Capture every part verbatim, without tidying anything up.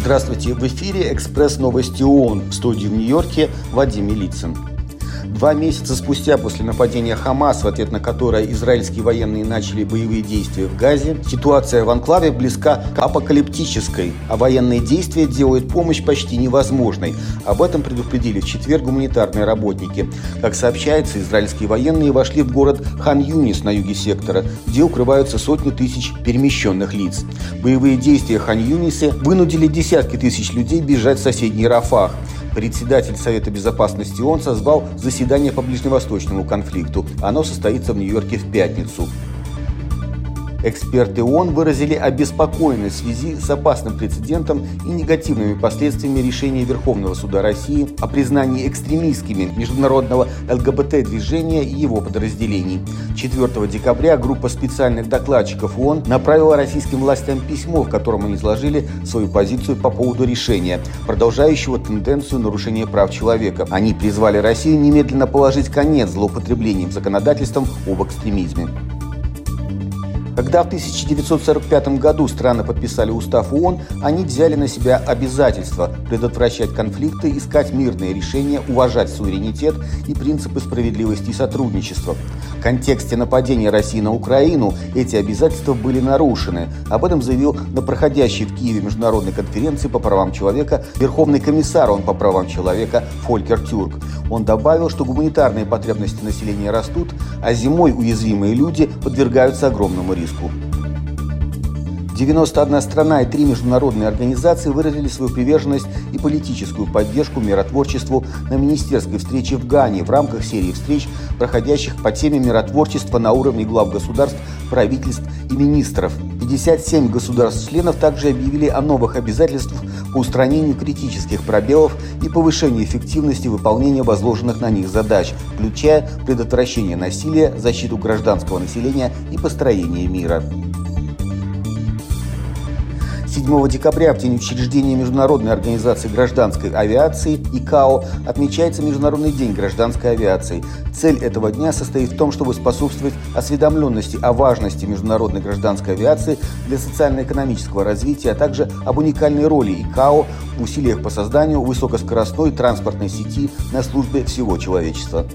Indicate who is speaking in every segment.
Speaker 1: Здравствуйте, в эфире «Экспресс новости ООН», в студии в Нью-Йорке Вадим Милицын. Два месяца спустя после нападения Хамас, в ответ на которое израильские военные начали боевые действия в Газе, ситуация в анклаве близка к апокалиптической, а военные действия делают помощь почти невозможной. Об этом предупредили в четверг гуманитарные работники. Как сообщается, израильские военные вошли в город Хан-Юнис на юге сектора, где укрываются сотни тысяч перемещенных лиц. Боевые действия в Хан-Юнисе вынудили десятки тысяч людей бежать в соседний Рафах. Председатель Совета Безопасности ООН созвал заседание по ближневосточному конфликту. Оно состоится в Нью-Йорке в пятницу. Эксперты ООН выразили обеспокоенность в связи с опасным прецедентом и негативными последствиями решения Верховного суда России о признании экстремистскими международного ЛГБТ-движения и его подразделений. четвёртого декабря группа специальных докладчиков ООН направила российским властям письмо, в котором они изложили свою позицию по поводу решения, продолжающего тенденцию нарушения прав человека. Они призвали Россию немедленно положить конец злоупотреблениям законодательством об экстремизме. Когда в тысяча девятьсот сорок пятом году страны подписали устав ООН, они взяли на себя обязательство предотвращать конфликты, искать мирные решения, уважать суверенитет и принципы справедливости и сотрудничества. В контексте нападения России на Украину эти обязательства были нарушены. Об этом заявил на проходящей в Киеве международной конференции по правам человека Верховный комиссар ООН по правам человека Фолькер Тюрк. Он добавил, что гуманитарные потребности населения растут, а зимой уязвимые люди подвергаются огромному риску. девяносто одна страна и три международные организации выразили свою приверженность и политическую поддержку миротворчеству на министерской встрече в Гане в рамках серии встреч, проходящих по теме миротворчества на уровне глав государств, правительств и министров. пятьдесят семь государств-членов также объявили о новых обязательствах по устранению критических пробелов и повышению эффективности выполнения возложенных на них задач, включая предотвращение насилия, защиту гражданского населения и построение мира. седьмого декабря, в день учреждения Международной организации гражданской авиации ИКАО, отмечается Международный день гражданской авиации. Цель этого дня состоит в том, чтобы способствовать осведомленности о важности международной гражданской авиации для социально-экономического развития, а также об уникальной роли ИКАО в усилиях по созданию высокоскоростной транспортной сети на службе всего человечества.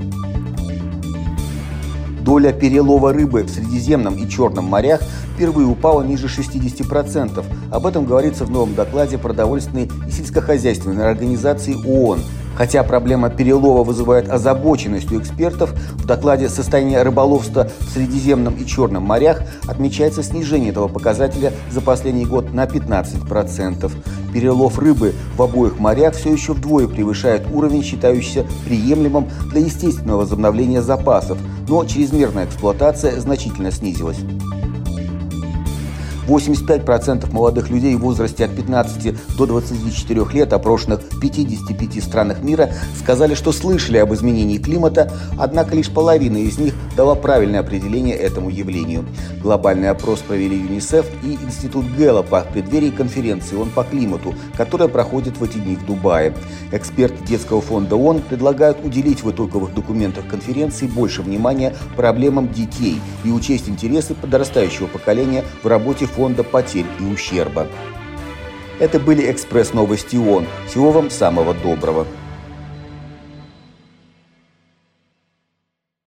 Speaker 1: Доля перелова рыбы в Средиземном и Черном морях впервые упала ниже шестидесяти процентов. Об этом говорится в новом докладе Продовольственной и сельскохозяйственной организации ООН. Хотя проблема перелова вызывает озабоченность у экспертов, в докладе «Состояние рыболовства в Средиземном и Черном морях» отмечается снижение этого показателя за последний год на пятнадцать процентов. Перелов рыбы в обоих морях все еще вдвое превышает уровень, считающийся приемлемым для естественного возобновления запасов, но чрезмерная эксплуатация значительно снизилась. восемьдесят пять процентов молодых людей в возрасте от пятнадцати до двадцати четырёх лет, опрошенных в пятидесяти пяти странах мира, сказали, что слышали об изменении климата, однако лишь половина из них дала правильное определение этому явлению. Глобальный опрос провели ЮНИСЕФ и Институт Гэллопа в преддверии конференции ООН по климату, которая проходит в эти дни в Дубае. Эксперты Детского фонда ООН предлагают уделить в итоговых документах конференции больше внимания проблемам детей и учесть интересы подрастающего поколения в работе фонда потерь и ущерба. Это были «Экспресс новости ООН». Всего вам самого доброго.